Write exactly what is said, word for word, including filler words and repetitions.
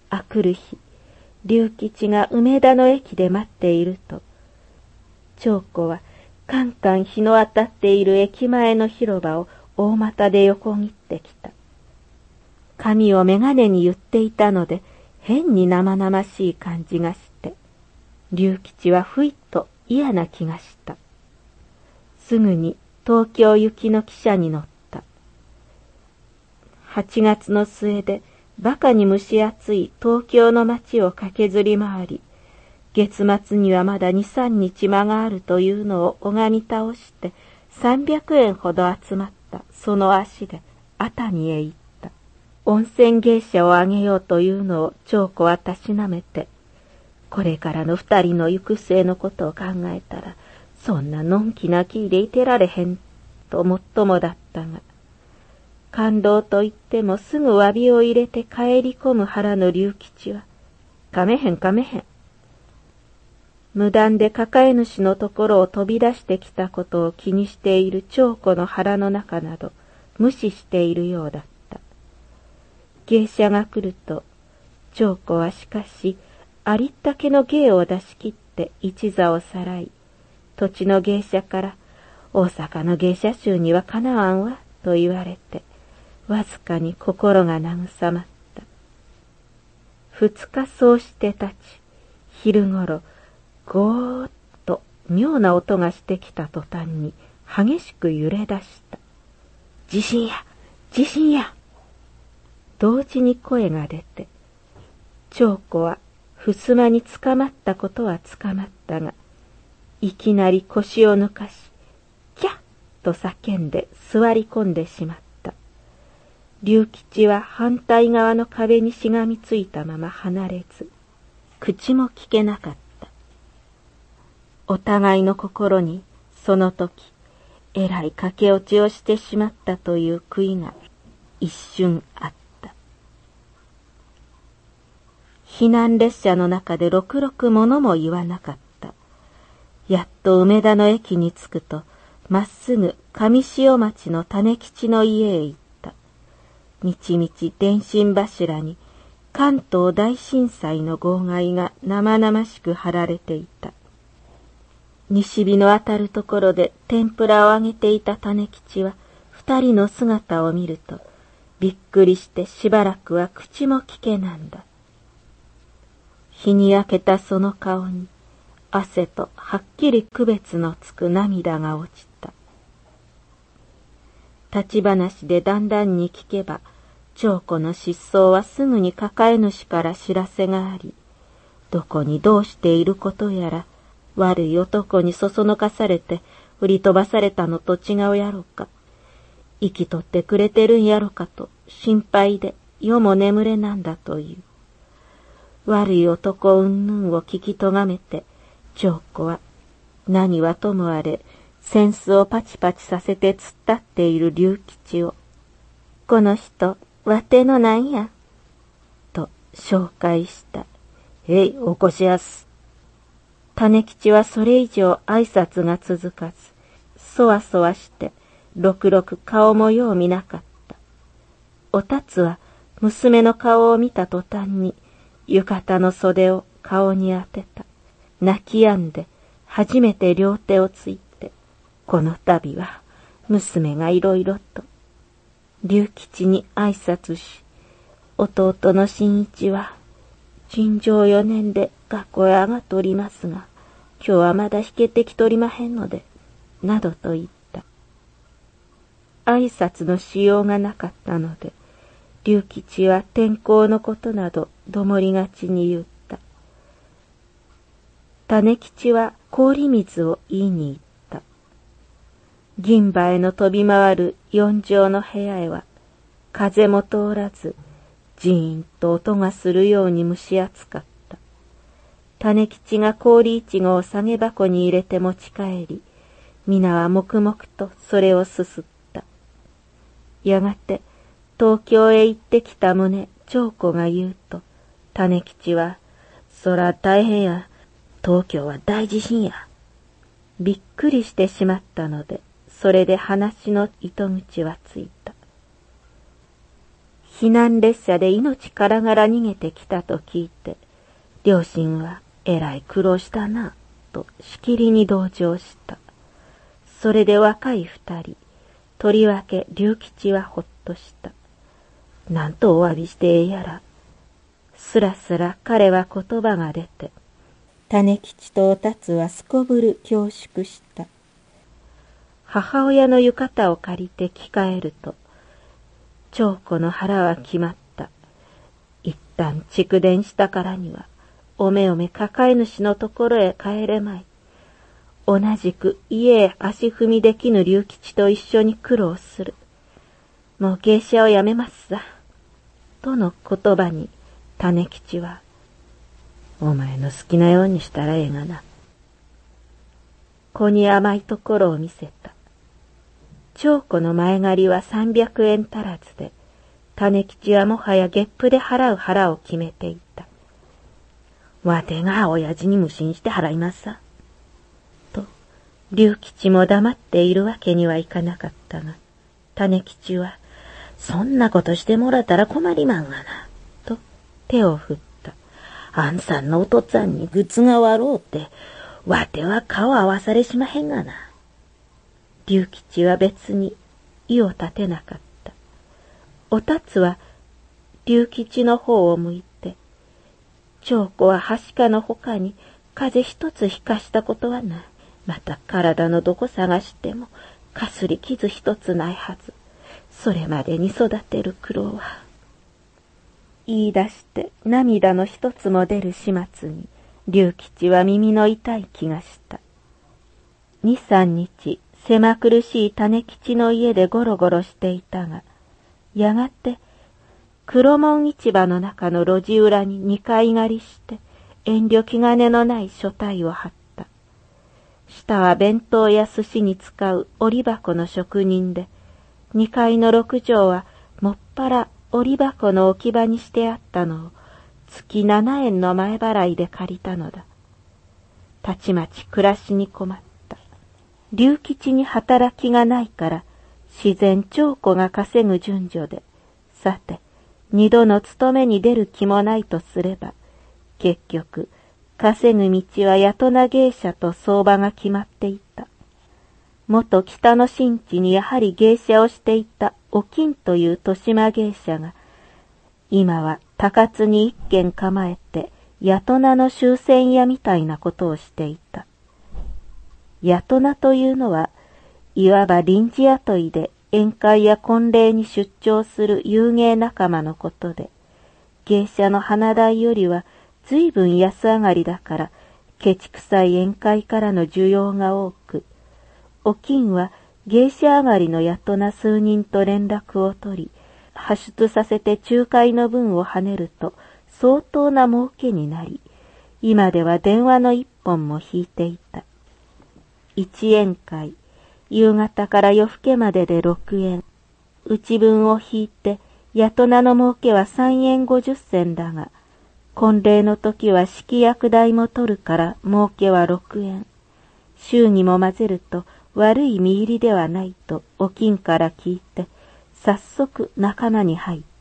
あくる日、龍吉が梅田の駅で待っていると、長子はカンカン日の当たっている駅前の広場を大股で横切ってきた。髪を眼鏡に言っていたので、変に生々しい感じがして、龍吉はふいっと嫌な気がした。すぐに東京行きの汽車に乗った。八月の末で馬鹿に蒸し暑い東京の街を駆けずり回り、月末にはまだ二三日間があるというのを拝み倒して三百円ほど集まったその足で熱海へ行った。温泉芸者をあげようというのを長子はたしなめて、これからの二人の行く末のことを考えたら、そんなのんきな気でいてられへんともっともだったが、感動と言ってもすぐ詫びを入れて帰り込む腹の龍吉は、かめへんかめへん。無断で抱え主のところを飛び出してきたことを気にしている長子の腹の中など無視しているようだった。芸者が来ると、長子はしかしありったけの芸を出し切って一座をさらい、土地の芸者から大阪の芸者衆にはかなわんわと言われて、わずかに心が慰まった。二日そうして立ち、昼ごろ、ゴーッと妙な音がしてきた途端に激しく揺れ出した。地震や地震や同時に声が出て、長子は襖につかまったことはつかまったが、いきなり腰を抜かし、キャッと叫んで座り込んでしまった。龍吉は反対側の壁にしがみついたまま離れず、口も聞けなかった。お互いの心にその時、えらい駆け落ちをしてしまったという悔いが一瞬あった。避難列車の中でろくろくものも言わなかった。やっと梅田の駅に着くと、まっすぐ上塩町の種吉の家へ行った。みちみち電信柱に関東大震災の号外が生々しく貼られていた。西日の当たるところで天ぷらを揚げていた種吉は二人の姿を見るとびっくりしてしばらくは口も聞けなんだ。日に焼けたその顔に汗とはっきり区別のつく涙が落ちた。立ち話でだんだんに聞けば、長子の失踪はすぐに抱え主から知らせがあり、どこにどうしていることやら、悪い男にそそのかされて振り飛ばされたのと違うやろか。生きとってくれてるんやろかと心配で夜も眠れなんだという。悪い男うんぬんを聞きとがめて、長子は何はともあれ扇子をパチパチさせて突っ立っている龍吉を、この人、わてのなんや、と紹介した。へい、おこしやす。種吉はそれ以上挨拶が続かず、そわそわして、ろくろく顔もよう見なかった。おたつは娘の顔を見た途端に、浴衣の袖を顔に当てた。泣き止んで、初めて両手をついて、この度は娘がいろいろと、龍吉に挨拶し、弟の新一は、尋常四年で学校へ上がっておりますが、今日はまだ引けてきとりまへんので、などと言った。挨拶のしようがなかったので、龍吉は天候のことなどどもりがちに言った。種吉は氷水を言いに行った。銀馬への飛び回る四畳の部屋へは、風も通らず、ジーンと音がするように蒸し暑かった。種吉が氷いちごを下げ箱に入れて持ち帰り、皆は黙々とそれをすすった。やがて東京へ行ってきた旨長子が言うと、種吉は、そら大変や、東京は大地震や。びっくりしてしまったので、それで話の糸口はついた。 避難列車で命からがら逃げてきたと聞いて、両親はえらい苦労したな、としきりに同情した。それで若い二人、とりわけ龍吉はほっとした。なんとお詫びしてええやら。すらすら彼は言葉が出て、種吉とおたつはすこぶる恐縮した。母親の浴衣を借りて着替えると、長子の腹は決まった。一旦蓄電したからには、おめおめ抱え主のところへ帰れまい。同じく家へ足踏みできぬ龍吉と一緒に苦労する。もう芸者をやめますさ。との言葉に、種吉は、お前の好きなようにしたらええがな。子に甘いところを見せた。長子の前借りは三百円足らずで、種吉はもはや月賦で払う腹を決めていた。わてが親父に無心して払いますさ。と、龍吉も黙っているわけにはいかなかったが、種吉は、そんなことしてもらったら困りまんがな、と手を振った。あんさんのお父っつぁんに愚痴が悪うって、わては顔合わされしまへんがな。龍吉は別に意を立てなかった。おたつは龍吉の方を向いて、長子ははしかのほかに風邪一つひかしたことはない。また体のどこ探してもかすり傷一つないはず。それまでに育てる苦労は。言い出して涙の一つも出る始末に、龍吉は耳の痛い気がした。二三日、狭苦しい種吉の家でゴロゴロしていたが、やがて黒門市場の中の路地裏に二階狩りして、遠慮気兼ねのない所帯を張った。下は弁当や寿司に使う折り箱の職人で、二階の六畳はもっぱら折り箱の置き場にしてあったのを月七円の前払いで借りたのだ。たちまち暮らしに困った。龍吉に働きがないから自然長子が稼ぐ順序で、さて二度の勤めに出る気もないとすれば、結局稼ぐ道は八戸芸者と相場が決まっていた。元北の新地にやはり芸者をしていたお金という豊島芸者が、今は高津に一軒構えて八戸の終戦屋みたいなことをしていた。八戸というのは、いわば臨時雇いで宴会や婚礼に出張する有芸仲間のことで、芸者の花代よりは随分安上がりだから、ケチくさい宴会からの需要が多く、お金は芸者上がりの八戸数人と連絡を取り、派出させて仲介の分を跳ねると相当な儲けになり、今では電話の一本も引いていた。一宴会、夕方から夜更けまでで六円。内分を引いて、八戸の儲けは三円五十銭だが、婚礼の時は式薬代も取るから儲けは六円。祝儀も混ぜると悪い見入りではないとお金から聞いて、早速仲間に入った。